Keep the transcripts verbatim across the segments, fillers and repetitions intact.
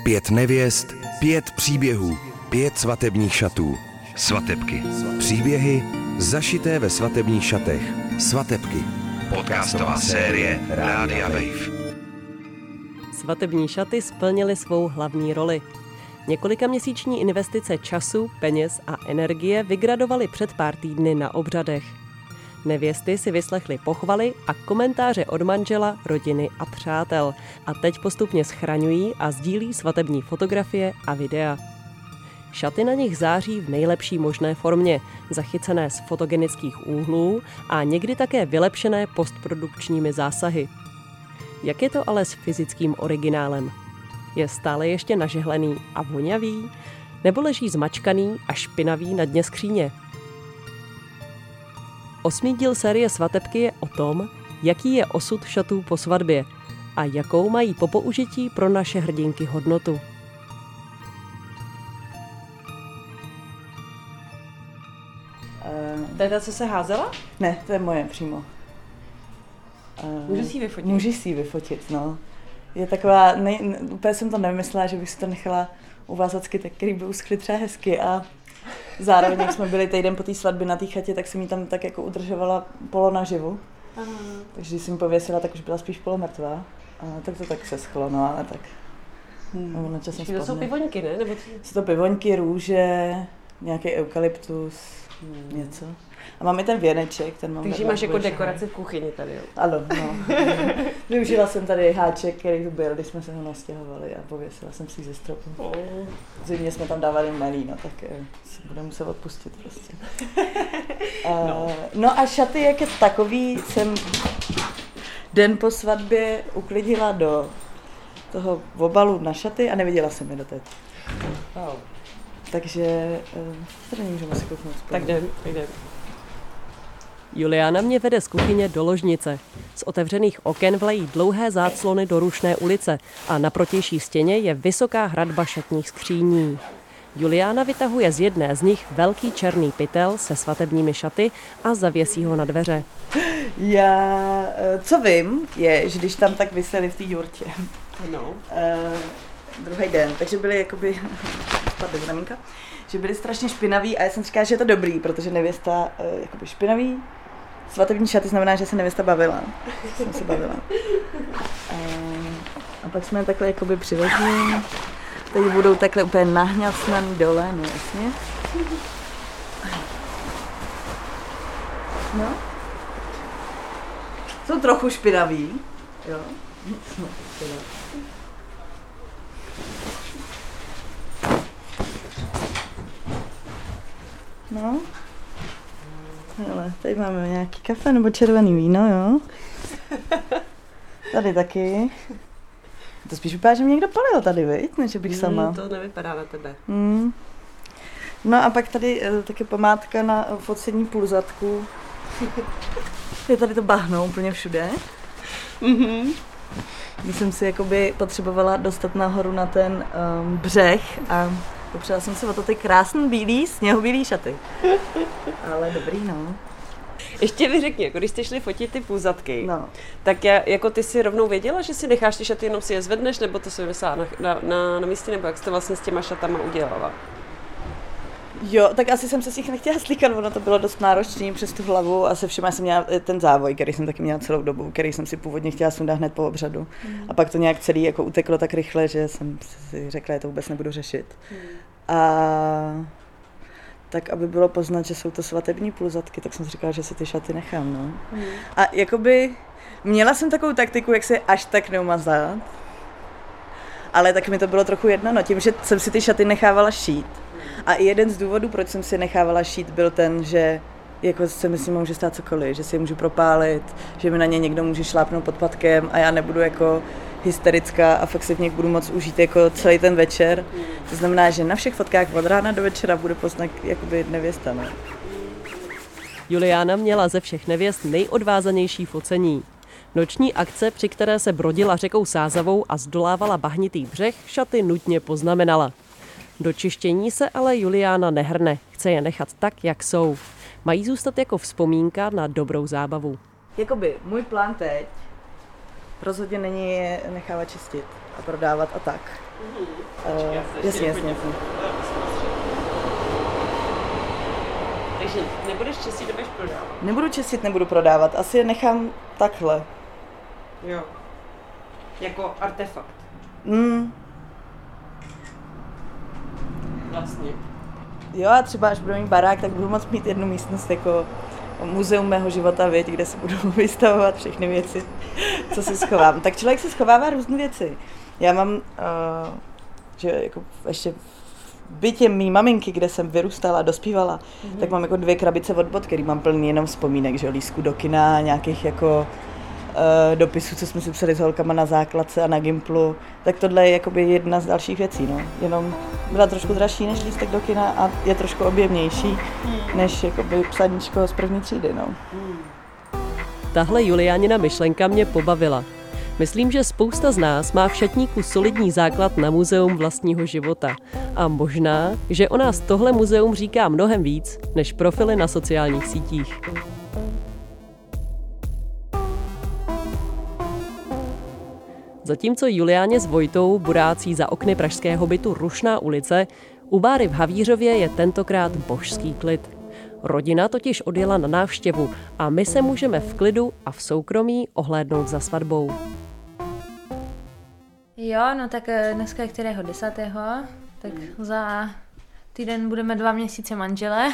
Pět nevěst, pět příběhů, pět svatebních šatů. Svatebky. Příběhy zašité ve svatebních šatech. Svatebky. Podcastová série Rádia Wave. Svatební šaty splnily svou hlavní roli. Několikaměsíční investice času, peněz a energie vygradovaly před pár týdny na obřadech. Nevěsty si vyslechly pochvaly a komentáře od manžela, rodiny a přátel a teď postupně schraňují a sdílí svatební fotografie a videa. Šaty na nich září v nejlepší možné formě, zachycené z fotogenických úhlů a někdy také vylepšené postprodukčními zásahy. Jak je to ale s fyzickým originálem? Je stále ještě nažehlený a vonavý? Nebo leží zmačkaný a špinavý na dně skříně? Osmý díl série Svatebky je o tom, jaký je osud šatů po svatbě a jakou mají po použití pro naše hrdinky hodnotu. To je ta, co se házela? Ne, to je moje přímo. Můžu si ji vyfotit? Můžeš si ji vyfotit, no. Je taková, ne, ne, úplně jsem to nevymyslela, že bych si to nechala uvázat kytek, který by uschly třeba hezky a zároveň, jak jsme byli týden po té svatbě na té chatě, tak jsem jí tam tak jako udržovala polo naživu. Aha. Takže když jsem ji pověsila, tak už byla spíš polomrtvá. A tak to tak se schlo, no ale tak. Hmm. No, to jsou pivoňky, ne? Nebo jsou to pivoňky, růže, nějaký eukalyptus, hmm. něco. A mám i ten věneček, ten mám. Takže máš jako dekoraci v kuchyni tady, jo? Ano, no. Využila jsem tady háček, který tu byl, když jsme se ho nastěhovali a pověsila jsem si ze stropu. Oh. Zimně jsme tam dávali melí, no tak si budeme muset odpustit prostě. no. Uh, no a šaty jak takový jsem den po svatbě uklidila do toho obalu na šaty a neviděla jsem je doteď. Wow. Takže uh, tady můžeme si kouknout spolu. Tak jdem, tak jdem. Juliana mě vede z kuchyně do ložnice. Z otevřených oken vlejí dlouhé záclony do Rušné ulice a na protější stěně je vysoká hradba šatních skříní. Juliana vytahuje z jedné z nich velký černý pytel se svatebními šaty a zavěsí ho na dveře. Já, co vím, je, že když tam tak visely v té jurtě, no. uh, druhý den, takže byly jakoby, spadly znamínka, že byly strašně špinavý a já jsem říkala, že je to dobrý, protože nevěsta uh, jakoby špinavý. Svatební šaty znamená, že se nevěsta bavila. Jsem se bavila. A, a pak jsme je takhle jakoby přivezli. Teď budou takhle úplně nahňacnaný dole, no jasně. No. Jsou trochu špinavý. Jo. No, no. Hele, tady máme nějaký kafe nebo červený víno, jo? Tady taky. To spíš vypadá, že mě někdo palil tady, viď? Než bych sama. Mm, to nevypadá na tebe. Mm. No a pak tady je taky památka na focení půlzadku. Je tady to bahno úplně všude. Mm-hmm. Když jsem si jakoby potřebovala dostat nahoru na ten um, břeh a popřela jsem si o to ty krásný bílý, sněhobílý šaty. Ale dobrý, no. Ještě mi řekni, jako když jste šli fotit ty půzadky, no. tak já, jako ty si rovnou věděla, že si necháš ty šaty, jenom si je zvedneš, nebo to si vysá na, na, na, na místě, nebo jak jste vlastně s těma šatama udělala? Jo, tak asi jsem se s nich nechtěla slíkat, ono to bylo dost náročné přes tu hlavu a se všema jsem měla ten závoj, který jsem taky měla celou dobu, který jsem si původně chtěla sundat hned po obřadu. Mm. A pak to nějak celý jako uteklo tak rychle, že jsem si řekla, že to vůbec nebudu řešit. Mm. A tak, aby bylo poznat, že jsou to svatební půlzadky, tak jsem si říkala, že si ty šaty nechám, no. Mm. A jakoby měla jsem takovou taktiku, jak se až tak neumazat, ale tak mi to bylo trochu jedno, no, tím, že jsem si ty šaty nechávala šít. A i jeden z důvodů, proč jsem si nechávala šít, byl ten, že jako se mi s ním může stát cokoliv, že si je můžu propálit, že mi na ně někdo může šlápnout pod patkem a já nebudu jako hysterická a fakt si v nich budu moc užít jako celý ten večer. To znamená, že na všech fotkách od rána do večera bude poznat jakoby nevěsta. Ne? Juliana měla ze všech nevěst nejodvázanější focení. Noční akce, při které se brodila řekou Sázavou a zdolávala bahnitý břeh, šaty nutně poznamenala. Do čištění se ale Juliana nehrne, chce je nechat tak, jak jsou. Mají zůstat jako vzpomínka na dobrou zábavu. Jakoby můj plán teď rozhodně není je nechávat čistit. a prodávat a tak. Mm-hmm. Uh, jasně, jasně, jasně. Takže nebudeš čistit, nebudeš prodávat? Nebudu čistit, nebudu prodávat. Asi je nechám takhle. Jo. Jako artefakt. Mm. Vlastně. Jo, a třeba až budu mít barák, tak budu moct mít jednu místnost jako muzeum mého života, věď, kde se budu vystavovat všechny věci, co si schovám. Tak člověk si schovává různé věci. Já mám, uh, že jako ještě v bytě mý maminky, kde jsem vyrůstala a dospívala, mm-hmm. tak mám jako dvě krabice od bod, který mám plný jenom vzpomínek, že lístku do kina, nějakých jako uh, dopisů, co jsme si psali s holkama na základce a na Gimplu. Tak tohle je jakoby jedna z dalších věcí, no. Jenom byla trošku dražší než lístek do kina a je trošku objemnější než jakoby psaníčko z první třídy, no. Tahle Juliánina myšlenka mě pobavila. Myslím, že spousta z nás má v šatníku solidní základ na muzeum vlastního života. A možná, že o nás tohle muzeum říká mnohem víc, než profily na sociálních sítích. Zatímco Juliáně s Vojtou burácí za okny pražského bytu Rušná ulice, u Báry v Havířově je tentokrát božský klid. Rodina totiž odjela na návštěvu a my se můžeme v klidu a v soukromí ohlédnout za svatbou. Jo, no tak dneska je kterého desátého tak za týden budeme dva měsíce manžele.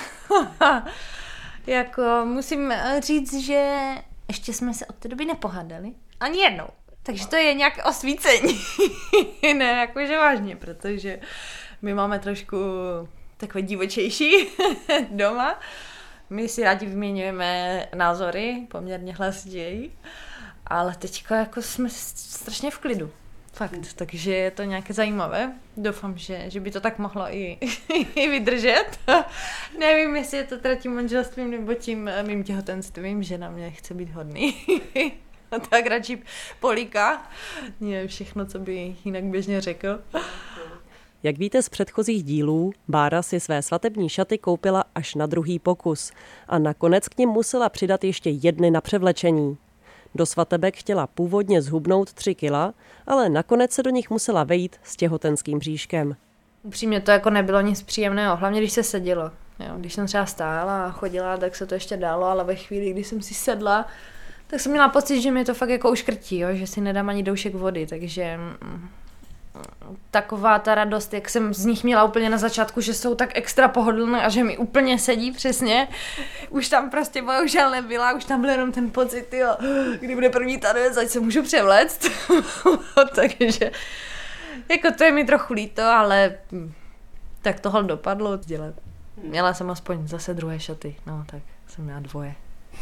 Jako musím říct, že ještě jsme se od té doby nepohádali. Ani jednou. Takže to je nějaké osvícení. Ne, jakože vážně, protože my máme trošku takové divočejší doma. My si rádi vyměňujeme názory, poměrně hlasitěji, ale teďka jako jsme strašně v klidu. Fakt, takže je to nějaké zajímavé. Doufám, že, že by to tak mohlo i, i vydržet. Nevím, jestli je to teda tím manželstvím nebo tím mým těhotenstvím, že na mě chce být hodný. A tak radši políka. Nie všechno, co by jinak běžně řekl. Jak víte z předchozích dílů, Bára si své svatební šaty koupila až na druhý pokus a nakonec k nim musela přidat ještě jedny na převlečení. Do svatebek chtěla původně zhubnout tři kila, ale nakonec se do nich musela vejít s těhotenským bříškem. Upřímně to jako nebylo nic příjemného, hlavně když se sedělo. Jo, když jsem třeba stála a chodila, tak se to ještě dalo, ale ve chvíli, kdy jsem si sedla, tak jsem měla pocit, že mi to fakt jako uškrtí, jo, že si nedám ani doušek vody, takže taková ta radost, jak jsem z nich měla úplně na začátku, že jsou tak extra pohodlné a že mi úplně sedí přesně, už tam prostě bohužel nebyla, už tam byl jenom ten pocit, jo, kdy bude první tanec, ať se můžu převléct. Takže jako to je mi trochu líto, ale tak tohle dopadlo dělat. Měla jsem aspoň zase druhé šaty, no tak jsem měla dvoje.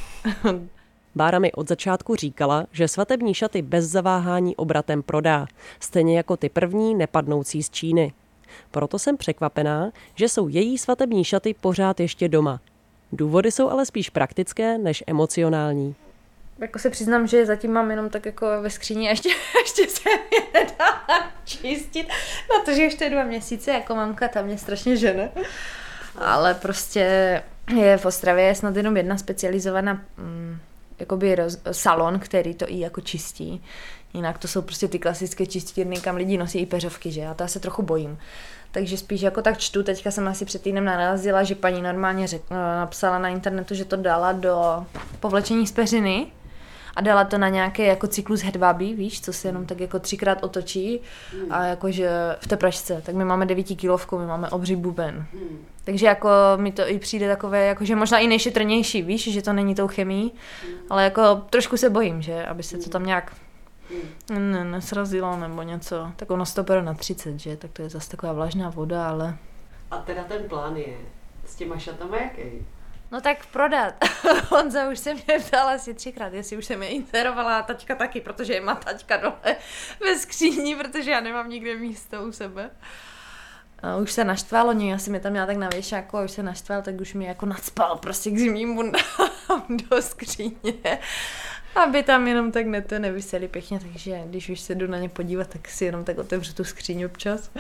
Bára mi od začátku říkala, že svatební šaty bez zaváhání obratem prodá, stejně jako ty první nepadnoucí z Číny. Proto jsem překvapená, že jsou její svatební šaty pořád ještě doma. Důvody jsou ale spíš praktické než emocionální. Jako se přiznám, že zatím mám jenom tak jako ve skříni a ještě, ještě se mě nedala čistit, protože ještě dva měsíce jako mamka tam mě strašně žene. Ale prostě je v Ostravě snad jenom jedna specializovaná mm, jakoby roz, salon, který to i jako čistí. Jinak to jsou prostě ty klasické čistírny, kam lidi nosí i peřovky, že? A to já se trochu bojím. Takže spíš jako tak čtu, teďka jsem asi před týdnem narazila, že paní normálně řek, napsala na internetu, že to dala do povlečení z peřiny a dala to na nějaký jako cyklus hedvábí, víš, co se jenom tak jako třikrát otočí a jakože v té pračce, tak my máme devítikilovku, my máme obří buben. Takže jako mi to i přijde takové, jakože možná i nejšetrnější, víš, že to není tou chemií, ale jako trošku se bojím, že, aby se to tam nějak ne, nesrazilo nebo něco, tak ono se to bere na třicet, že, tak to je zase taková vlažná voda, ale... A teda ten plán je s těma šatama jaký? No tak prodat. Honza už se mě ptala asi třikrát, jestli už jsem je interovala a taťka taky, protože je má taťka dole ve skříni, protože já nemám nikde místo u sebe. A už se naštval, oni asi mě tam měla tak na věšáku a už se naštval, tak už mi jako nacpal prostě k zimním bundám do skříně, aby tam jenom tak neto nevysely pěkně, takže když už se jdu na ně podívat, tak si jenom tak otevřu tu skříň občas.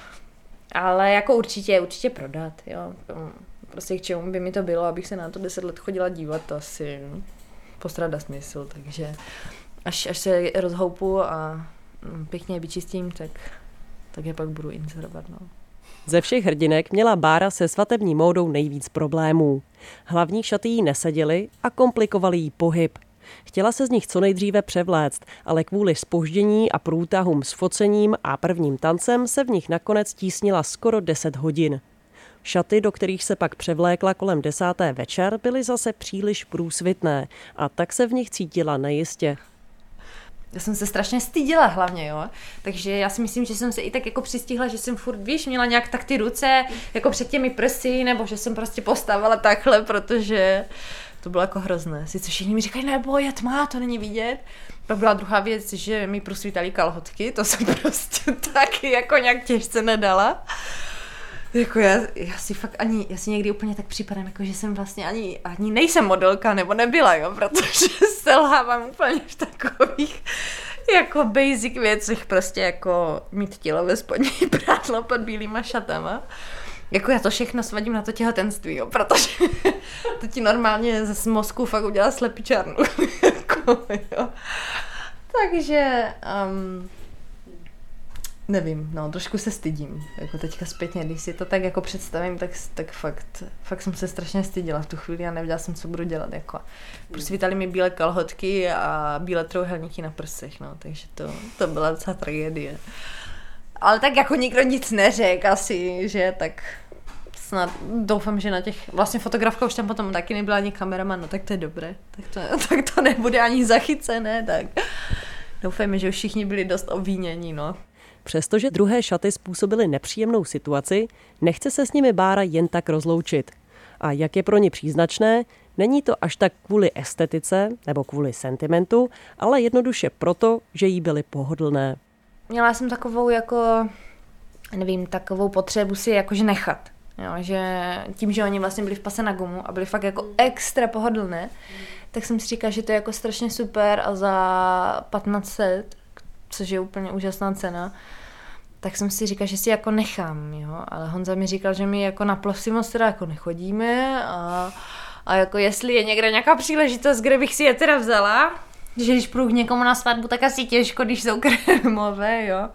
Ale jako určitě, určitě prodat, jo. Prostě k čemu by mi to bylo, abych se na to deset let chodila dívat, to asi postrádá smysl, takže až, až se rozhoupu a pěkně vyčistím, tak, tak je pak budu inzerovat. No. Ze všech hrdinek měla Bára se svatební módou nejvíc problémů. Hlavní šaty jí neseděly a komplikovaly jí pohyb. Chtěla se z nich co nejdříve převléct, ale kvůli zpoždění a průtahům s focením a prvním tancem se v nich nakonec tísnila skoro deset hodin. Šaty, do kterých se pak převlékla kolem desáté večer, byly zase příliš průsvitné a tak se v nich cítila nejistě. Já jsem se strašně styděla hlavně, jo. Takže já si myslím, že jsem se i tak jako přistihla, že jsem furt, víš, měla nějak tak ty ruce jako před těmi prsy, nebo že jsem prostě postavila takhle, protože to bylo jako hrozné. Sice všichni mi říkají, nebo je tma, to není vidět. Pak byla druhá věc, že mi prosvítaly kalhotky, to jsem prostě taky jako nějak těžce nedala. Jako já, já si fakt ani, já si někdy úplně tak připadám, jako že jsem vlastně ani, ani nejsem modelka, nebo nebyla, jo, protože selhávám úplně v takových jako basic věcech, prostě jako mít tělo ve spodní prádlo pod bílýma šatama. Jako já to všechno svadím na to těhotenství, jo, protože to ti normálně z mozku fakt udělá slepičárnu. Jako, jo. Takže um, nevím, no, trošku se stydím. Jako teďka zpětně, když si to tak jako představím, tak, tak fakt, fakt jsem se strašně stydila v tu chvíli a nevěděla jsem, co budu dělat. Jako. Prosvítaly mi bílé kalhotky a bílé trojúhelníky na prsech, no, takže to, to byla docela tragédie. Ale tak jako nikdo nic neřekl asi, že tak snad doufám, že na těch, vlastně fotografka už tam potom taky nebyla ani kameraman, no tak to je dobré, tak to, tak to nebude ani zachycené, tak doufejme, že už všichni byli dost obvinění, no. Přestože druhé šaty způsobily nepříjemnou situaci, nechce se s nimi Bára jen tak rozloučit. A jak je pro ní příznačné, není to až tak kvůli estetice nebo kvůli sentimentu, ale jednoduše proto, že jí byly pohodlné. Měla jsem takovou jako, nevím, takovou potřebu si jakože nechat. Jo, že tím, že oni vlastně byli v pase na gumu a byli fakt jako extra pohodlné, tak jsem si říkala, že to je jako strašně super a za patnáct set, což je úplně úžasná cena, tak jsem si říkala, že si jako nechám, jo, ale Honza mi říkal, že my jako na Plovsimost teda jako nechodíme a, a jako jestli je někde nějaká příležitost, kde bych si je teda vzala, že když půjdu k někomu na svatbu, tak asi těžko, když jsou krémové, jo.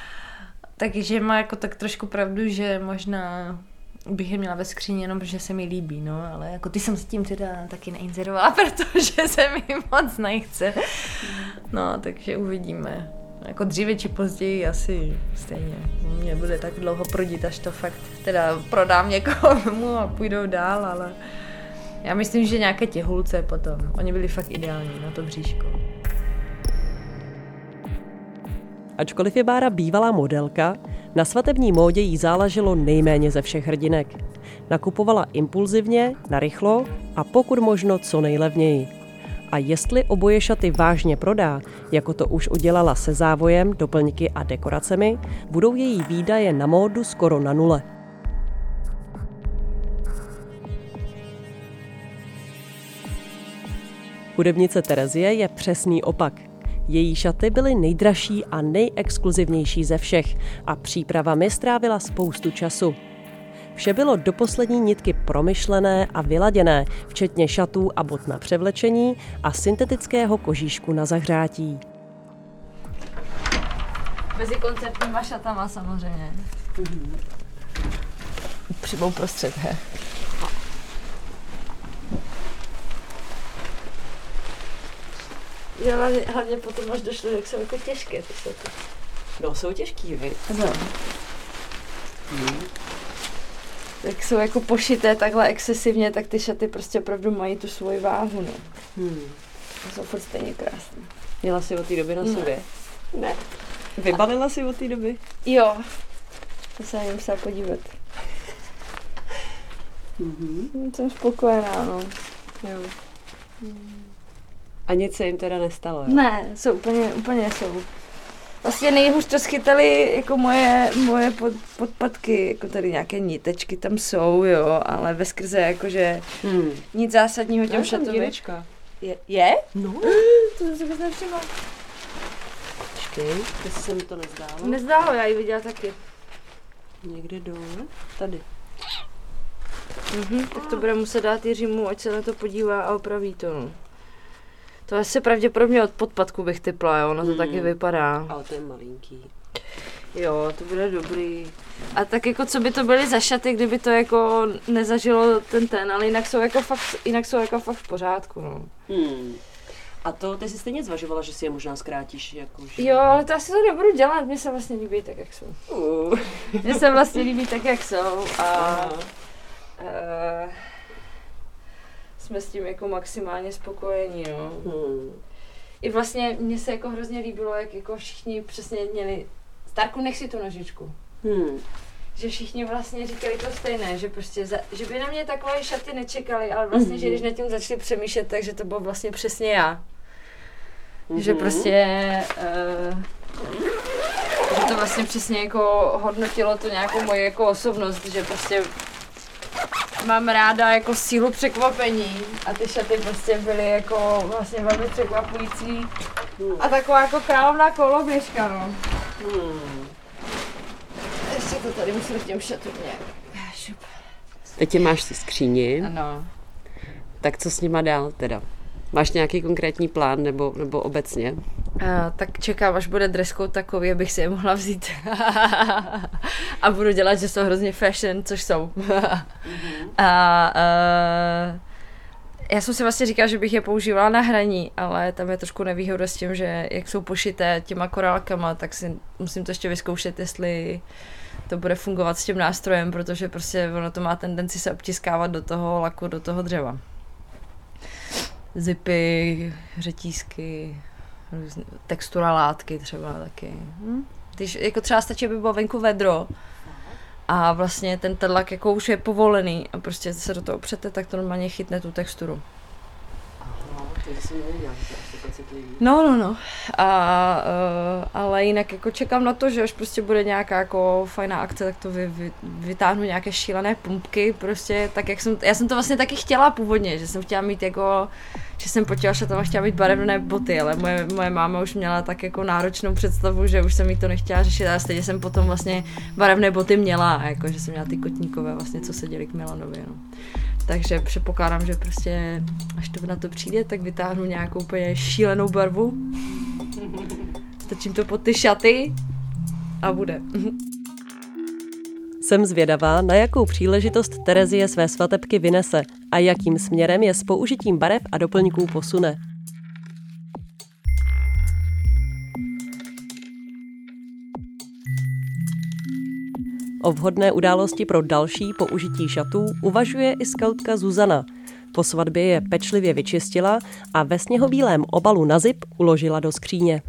Takže má jako tak trošku pravdu, že možná bych je měla ve skříni jenom, protože se mi líbí, no, ale jako ty jsem s tím teda taky neinzerovala, protože se mi moc nechce. No, takže uvidíme. Jako dříve či později asi stejně. Mě bude tak dlouho prodit, až to fakt teda prodám někomu a půjdou dál, ale já myslím, že nějaké těhulce potom. Oni byli fakt ideální na to bříško. Ačkoliv je Bára bývalá modelka, na svatební módě jí záleželo nejméně ze všech hrdinek. Nakupovala impulzivně, narychlo a pokud možno co nejlevněji. A jestli oboje šaty vážně prodá, jako to už udělala se závojem, doplňky a dekoracemi, budou její výdaje na módu skoro na nule. Hudebnice Terezie je přesný opak. Její šaty byly nejdražší a nejexkluzivnější ze všech a přípravami strávila spoustu času. Vše bylo do poslední nitky promyšlené a vyladěné, včetně šatů a bot na převlečení a syntetického kožíšku na zahřátí. Mezi koncertníma šatama samozřejmě. Mm-hmm. Přímo prostřed, he. Já hlavně, hlavně potom, až došlo, jak jsou jako těžké ty šaty. No, jsou těžký, vy. No. Hmm. Jak jsou jako pošité takhle excesivně, tak ty šaty prostě opravdu mají tu svoji váhu, no. Hmm. Jsou furt stejně krásné. Měla jsi od té doby na Ne. sobě? Ne. Vybalila jsi od té doby? Jo. To se na ně musela podívat. Mhm. Jsem spokojená, no. Jo. A nic se jim teda nestalo, jo? Ne, jsou úplně, úplně jsou. Vlastně nejhůř to schytali jako moje, moje pod, podpatky, jako tady nějaké nitečky tam jsou, jo, ale veskrze jakože Hmm. nic zásadního těm šatovi. Je? Je? No. To jsem se vůbec nevšimla. Počkej, jestli se mi to nezdálo. Nezdálo, já ji viděla taky. Někde dole? Tady. Mhm, tak to bude muset dát Jiřímu, ať se na to podívá a opraví to, no. To asi pravděpodobně od podpadku bych typla, jo, ono to mm. taky vypadá. Ale to je malinký. Jo, to bude dobrý. A tak jako co by to byly za šaty, kdyby to jako nezažilo ten ten, ale jinak jsou jako fakt, jinak jsou jako fakt v pořádku, no. Hmm. A to ty jsi stejně zvažovala, že si je možná zkrátíš, jako že... Jo, ale to asi to nebudu dělat, mně se vlastně líbí tak, jak jsou. Uh. Mně se vlastně líbí tak, jak jsou a uh, jsme s tím jako maximálně spokojení, no. Hmm. I vlastně mně se jako hrozně líbilo, jak jako všichni přesně měli, Starku, nech si tu nožičku. Hmm. Že všichni vlastně říkali to stejné, že prostě, za, že by na mě takové šaty nečekali, ale vlastně, mm-hmm. že když nad tím začali přemýšlet, takže to bylo vlastně přesně já. Mm-hmm. Že prostě, uh, že to vlastně přesně jako hodnotilo to nějakou moji jako osobnost, že prostě mám ráda jako sílu překvapení a ty šaty prostě byly jako vlastně velmi překvapující mm. a taková jako královná koloběžka, no. Mm. Ještě to tady musím k těm šatům nějak. Šup. Teď je máš v skříni. Ano. Tak co s nima dál teda? Máš nějaký konkrétní plán nebo, nebo obecně? A, tak čekám, až bude dress code takový, abych si je mohla vzít. A budu dělat, že jsou hrozně fashion, což jsou. Mm-hmm. a, a já jsem si vlastně říkala, že bych je používala na hraní, ale tam je trošku nevýhoda s tím, že jak jsou pošité těma korálkama, tak si musím to ještě vyzkoušet, jestli to bude fungovat s tím nástrojem, protože prostě ono to má tendenci se obtiskávat do toho laku, do toho dřeva. Zipy, řetízky, různý, textura látky třeba taky. Hm? Když, jako třeba stačí, aby bylo venku vedro a vlastně ten tedlak jako už je povolený a prostě se do toho opřete, tak to normálně chytne tu texturu. Aha, to jsem nevěděla, že to je prostě citlivý. No, no, no. A, uh, ale jinak jako čekám na to, že až prostě bude nějaká jako fajná akce, tak to vy, vy, vytáhnu nějaké šílené pumpky, prostě tak jak jsem, já jsem to vlastně taky chtěla původně, že jsem chtěla mít jako, že jsem po těla šatama chtěla mít barevné boty, ale moje, moje máma už měla tak jako náročnou představu, že už jsem jí to nechtěla řešit, ale stejně jsem potom vlastně barevné boty měla, jako že jsem měla ty kotníkové vlastně, co se děly k Milanovi, no. Takže předpokládám, že prostě, až to na to přijde, tak vytáhnu nějakou úplně šílenou barvu. Stačím to pod ty šaty a bude. Jsem zvědavá, na jakou příležitost Terezie své svatebky vynese a jakým směrem je s použitím barev a doplňků posune. O vhodné události pro další použití šatů uvažuje i skautka Zuzana. Po svatbě je pečlivě vyčistila a ve sněhobílém obalu na zip uložila do skříně.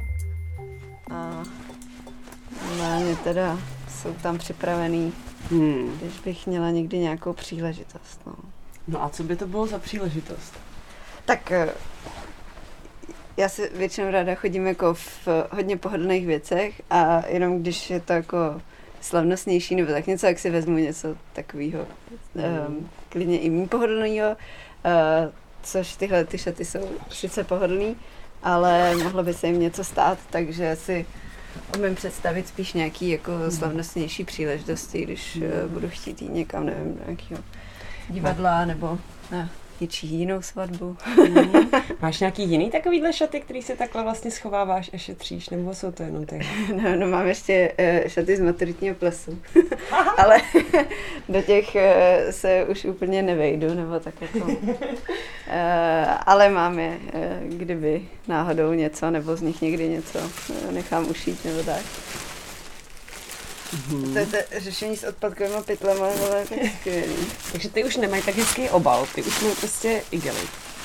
A normálně teda jsou tam připravený, hmm. když bych měla někdy nějakou příležitost. No. No a co by to bylo za příležitost? Tak já si většinou ráda chodím jako v hodně pohodlných věcech a jenom když je to jako slavnostnější nebo tak něco, jak si vezmu něco takového mm. um, klidně i méně pohodlného, uh, což tyhle ty šaty jsou sice pohodlný, ale mohlo by se jim něco stát, takže si umím představit spíš nějaký jako mm. slavnostnější příležitosti, když uh, budu chtít jít někam, nevím, do nějakého divadla nebo na něčí jinou svatbu. Mm. Máš nějaký jiný takovýhle šaty, který si takhle vlastně schováváš a šetříš, nebo jsou to jenom ty? No, no mám ještě uh, šaty z maturitního plesu, ale do těch uh, se už úplně nevejdu, nebo tak jako. Uh, ale mám je, uh, kdyby náhodou něco, nebo z nich někdy něco uh, nechám ušít, nebo tak. Mm-hmm. To je to řešení s odpadkovými pytlema, ale tak skvělý. Takže ty už nemají tak hezký obal, ty už mají prostě igely.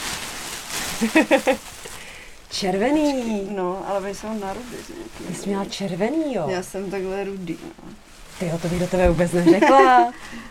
Červený. No, ale oni jsou na rudy. Ty jsi měla červený, jo? Já jsem takhle rudý, no. Tyjo, to bych do tebe vůbec neřekla.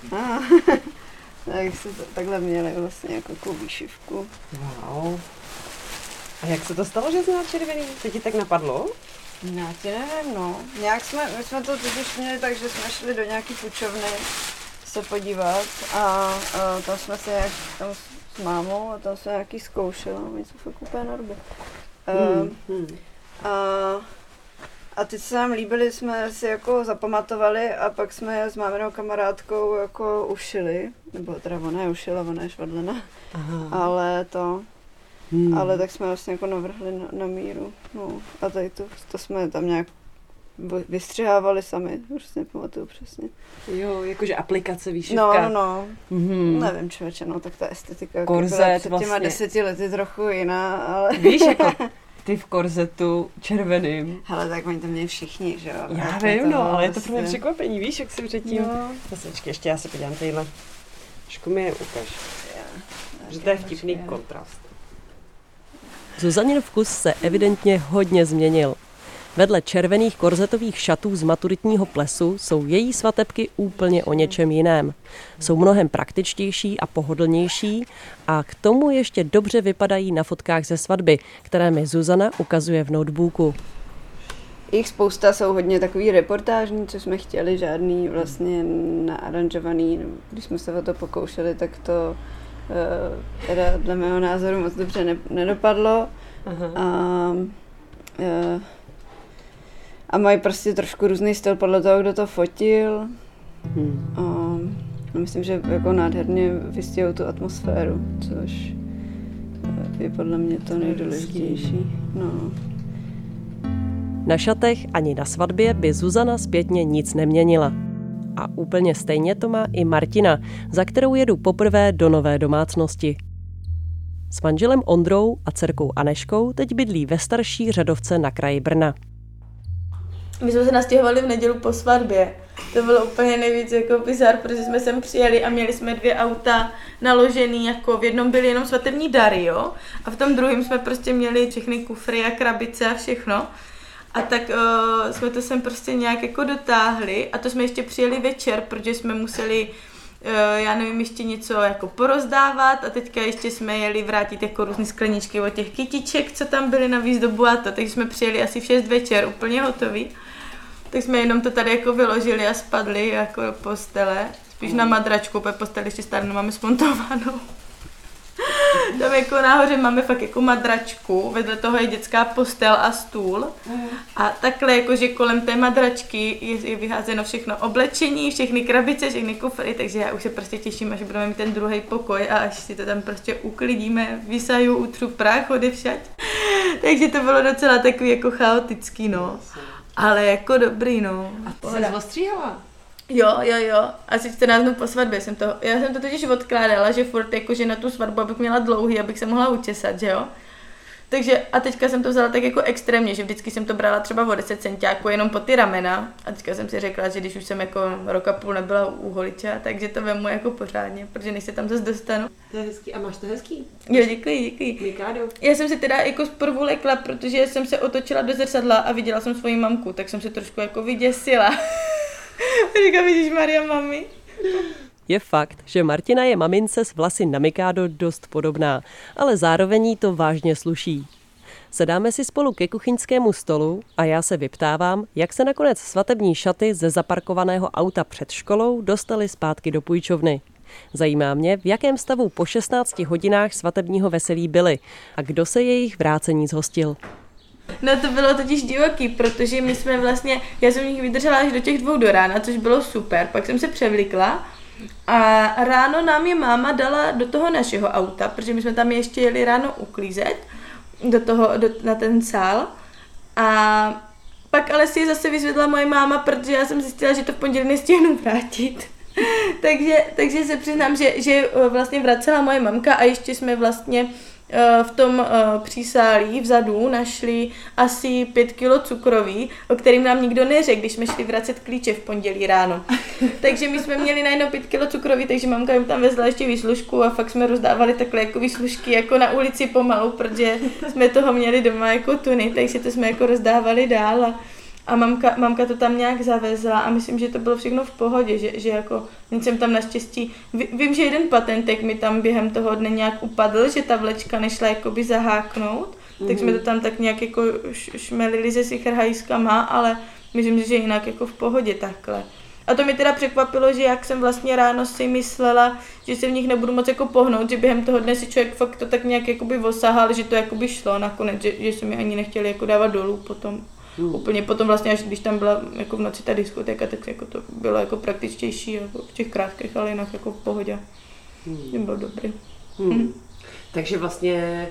Tak si to takhle měli vlastně jako takovou výšivku. Wow. A jak se to stalo, že jsi měla červený? Co ti tak napadlo? Já tě nevím, no. Nějak jsme, my jsme to totiž měli tak, že jsme šli do nějaký půjčovny se podívat a, a tam jsme se jak, tam s mámou a tam jsme nějaký zkoušeli, oni jsou fakt úplně na ruby. Hmm, hmm. A, a ty, co se nám líbily, jsme si jako zapamatovali a pak jsme je s máminou kamarádkou jako ušili, nebo teda ona je ušila, ona je švadlena, aha. Ale to... hmm. ale tak jsme vlastně jako navrhli na, na míru. No. A tady to, to jsme tam nějak vystřihávali sami, už si nepamatuju přesně. Jo, jakože aplikace výšivka. No, no, no. Mm-hmm. Nevím, člověče, no, tak ta estetika korzet byla před těma vlastně. deseti lety trochu jiná, ale... Víš, jako ty v korzetu červeným. Hele, tak oni to měli všichni, že jo? Já vím, no, ale je to pro mě překvapení, víš, jak jsem předtím. No. Zasečky, ještě já se podívám tadyhle. Trošku mi je ukaž. Že to je vtipný kontrast. Zuzanin vkus se evidentně hodně změnil. Vedle červených korzetových šatů z maturitního plesu jsou její svatebky úplně o něčem jiném. Jsou mnohem praktičtější a pohodlnější a k tomu ještě dobře vypadají na fotkách ze svatby, které mi Zuzana ukazuje v notebooku. Jich spousta jsou hodně takový reportážní, co jsme chtěli, žádný vlastně naaranžovaný. Když jsme se o to pokoušeli, tak to teda dle mého názoru moc dobře ne, nedopadlo. Aha. A, a A mají prostě trošku různý styl podle toho, kdo to fotil. Hmm. A myslím, že jako nádherně vystihou tu atmosféru, což je podle mě to nejdůležitější. No. Na šatech ani na svatbě by Zuzana zpětně nic neměnila. A úplně stejně to má i Martina, za kterou jedu poprvé do nové domácnosti. S manželem Ondrou a dcerkou Aneškou teď bydlí ve starší Řadovce na kraji Brna. My jsme se nastěhovali v neděli po svatbě. To bylo úplně nejvíc jako bizar, protože jsme sem přijeli a měli jsme dvě auta naložený, jako v jednom byly jenom svatební dary, jo? A v tom druhém jsme prostě měli všechny kufry a krabice a všechno. A tak uh, jsme to sem prostě nějak jako dotáhli a to jsme ještě přijeli večer, protože jsme museli, uh, já nevím, ještě něco jako porozdávat a teďka ještě jsme jeli vrátit jako různé skleničky od těch kytiček, co tam byly na výzdobu a to, takže jsme přijeli asi v šest večer, úplně hotový. Tak jsme jenom to tady jako vyložili a spadli jako do postele, spíš na madračku, protože postel ještě stále máme smontovanou. Tam jako nahoře máme fakt jako madračku, vedle toho je dětská postel a stůl a takhle jakože kolem té madračky je, je vyházeno všechno oblečení, všechny krabice, všechny kufry, takže já už se prostě těším, až budeme mít ten druhý pokoj a až si to tam prostě uklidíme, vysaju, utřu prach odevšať. Takže to bylo docela takový jako chaotický, no. Ale jako dobrý, no. A ty jsi ostříhala? Jo, jo, jo. Asi čtrnáct dnů po svatbě jsem to, já jsem to totiž odkládala, že furt jakože na tu svatbu, abych měla dlouhý, abych se mohla učesat, že jo. Takže a teďka jsem to vzala tak jako extrémně, že vždycky jsem to brala třeba o deset centiáků jenom po ty ramena a teďka jsem si řekla, že když už jsem jako rok a půl nebyla u holiča, takže to vemu jako pořádně, protože než se tam zase dostanu. To je hezký. A máš to hezký? Jo, děkuji, děkuji. Mikádo. Já jsem si teda jako zprvu lekla, protože jsem se otočila do zrcadla a viděla jsem svoji mamku, tak jsem se trošku jako vyděsila. Říkám, vidíš Maria, mami? Je fakt, že Martina je mamince s vlasy na mikádo dost podobná, ale zároveň jí to vážně sluší. Sedáme si spolu ke kuchyňskému stolu a já se vyptávám, jak se nakonec svatební šaty ze zaparkovaného auta před školou dostaly zpátky do půjčovny. Zajímá mě, v jakém stavu po šestnácti hodinách svatebního veselí byly a kdo se jejich vrácení zhostil. No to bylo totiž divoký, protože my jsme vlastně, já jsem jich vydržela až do těch dvou do rána, což bylo super, pak jsem se převlíkla a ráno nám je máma dala do toho našeho auta, protože my jsme tam ještě jeli ráno uklízet do toho, do, na ten sál a pak ale si je zase vyzvedla moje máma, protože já jsem zjistila, že to v pondělí nestihnu vrátit. takže, takže se přiznám, že, že vlastně vracela moje mamka a ještě jsme vlastně v tom přísálí vzadu našli asi pět kilo cukroví, o kterým nám nikdo neřekl, když jsme šli vracet klíče v pondělí ráno. Takže my jsme měli najednou pět kilo cukroví, takže mamka jim tam vezla ještě výslužku a fakt jsme rozdávali takhle jako výslužky jako na ulici pomalu, protože jsme toho měli doma jako tuny, takže to jsme jako rozdávali dál a, a mamka, mamka to tam nějak zavezla a myslím, že to bylo všechno v pohodě, že, že jako nic jsem tam naštěstí, vím, že jeden patentek mi tam během toho dne nějak upadl, že ta vlečka nešla jakoby zaháknout, mm. tak jsme to tam tak nějak jako šmelili se sichrhajskama, ale myslím, že jinak jako v pohodě takhle. A to mi teda překvapilo, že jak jsem vlastně ráno si myslela, že se v nich nebudu moc jako pohnout, že během toho dne si člověk fakt to tak nějak jakoby osahal, že to jakoby šlo nakonec, že, že se mi ani nechtěli jako dávat dolů potom. Hmm. Úplně potom vlastně, až když tam byla jako v noci ta diskotéka, tak jako to bylo jako praktičtější jako v těch krátkých, ale jinak jako v pohodě. Hmm. To bylo dobrý. Hmm. Hmm. Takže vlastně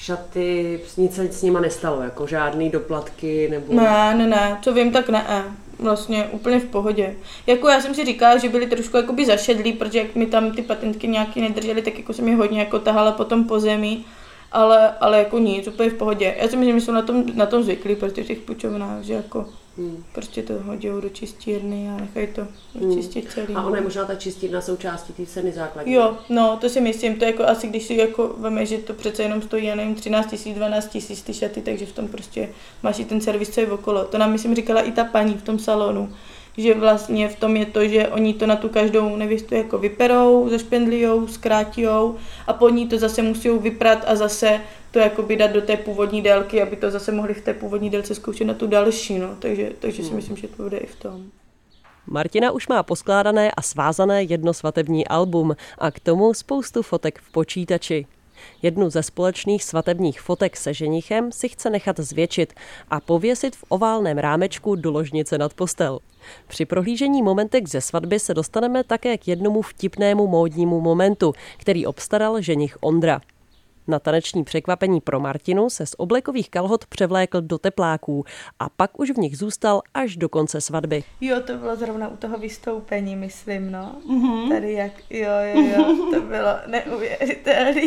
šaty, nic se s nima nestalo, jako žádný doplatky nebo... Ne, ne, ne, co vím, tak ne, vlastně úplně v pohodě. Jako já jsem si říkala, že byli trošku jakoby zašedlí, protože jak mi tam ty patentky nějaký nedržely, tak jako jsem je hodně jako tahala potom po zemi, ale, ale jako nic, úplně v pohodě. Já si myslím, že jsou na tom, na tom zvyklí, prostě v těch půjčovnách, že jako hmm. prostě to hodí do čistírny a nechají to čistit celý. A ona je možná ta čistírna součástí té ceny základní. Jo, no, to si myslím, to jako asi když si jako veme, že to přece jenom stojí, já nevím, třináct tisíc, dvanáct tisíc ty šaty, takže v tom prostě máš i ten servis, co je okolo. To nám, myslím, říkala i ta paní v tom salonu, že vlastně v tom je to, že oni to na tu každou nevěstu jako vyperou, zašpendlijou, zkrátijou a po ní to zase musí vyprat a zase to jakoby dát do té původní délky, aby to zase mohli v té původní délce zkoušet na tu další, no. Takže, takže si myslím, že to bude i v tom. Martina už má poskládané a svázané jedno svatební album a k tomu spoustu fotek v počítači. Jednu ze společných svatebních fotek se ženichem si chce nechat zvětšit a pověsit v oválném rámečku do ložnice nad postel. Při prohlížení momentek ze svatby se dostaneme také k jednomu vtipnému módnímu momentu, který obstaral ženich Ondra. Na taneční překvapení pro Martinu se z oblekových kalhot převlékl do tepláků a pak už v nich zůstal až do konce svatby. Jo, to bylo zrovna u toho vystoupení, myslím, no. Mm-hmm. Tady jak, jo, jo, jo, to bylo neuvěřitelný.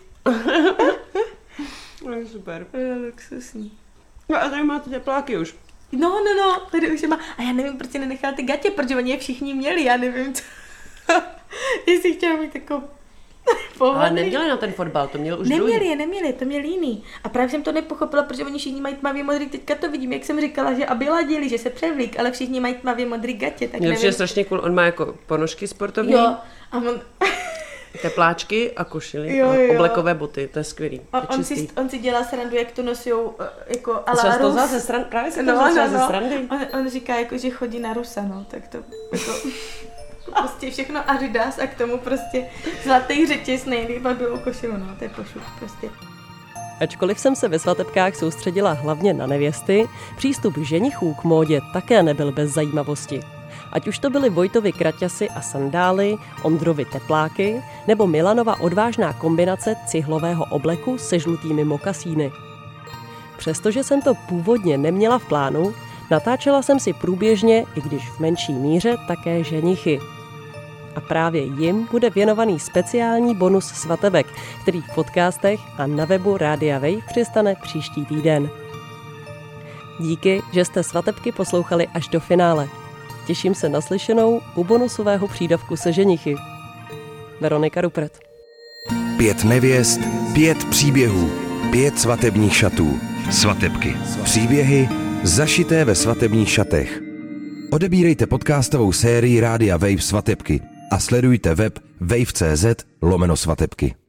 No, super. Jo, luxusní. No a tady máte tepláky už. No, no, no, tady už je má. A já nevím, proč si nenechala ty gatě, protože oni je všichni měli, já nevím, co. Jestli chtěla mít takovou pohodlný. Ale neměli na ten fotbal, to měl už Neměli druhý. je, neměli, to měl jiný. A právě jsem to nepochopila, protože oni všichni mají tmavě modrý, teďka to vidím, jak jsem říkala, že aby ladili, že se převlík, ale všichni mají tmavě modrý gatě, tak Mně nevím. je strašně cool, on má jako ponožky sportovní, Jo, a on... tepláčky a košily Jo, a jo. oblekové boty, to je skvělý, to je A on, si, on si dělá srandu, jak to nosijou jako a la to Rus. vzal ze stran, právě si to No, vzal no, ze no. srandy. On, on říká, jako, že chodí na Rusa, no, tak to jako... Prostě všechno Adidas a k tomu prostě zlatý řetěz nejlíp a bílou košili, no, to je pošuk prostě. Ačkoliv jsem se ve svatebkách soustředila hlavně na nevěsty, přístup ženichů k módě také nebyl bez zajímavosti. Ať už to byly Vojtovy kraťasy a sandály, Ondrovy tepláky, nebo Milanova odvážná kombinace cihlového obleku se žlutými mokasíny. Přestože jsem to původně neměla v plánu, natáčela jsem si průběžně, i když v menší míře, také ženichy. A právě jim bude věnovaný speciální bonus svatebek, který v podcastech a na webu Rádia Wave přistane příští týden. Díky, že jste svatebky poslouchali až do finále. Těším se na slyšenou u bonusového přídavku se ženichy. Veronika Rupert. Pět nevěst, pět příběhů, pět svatebních šatů. Svatebky. Příběhy zašité ve svatebních šatech. Odebírejte podcastovou sérii Rádia Wave Svatebky a sledujte web wave tečka cz lomeno svatebky.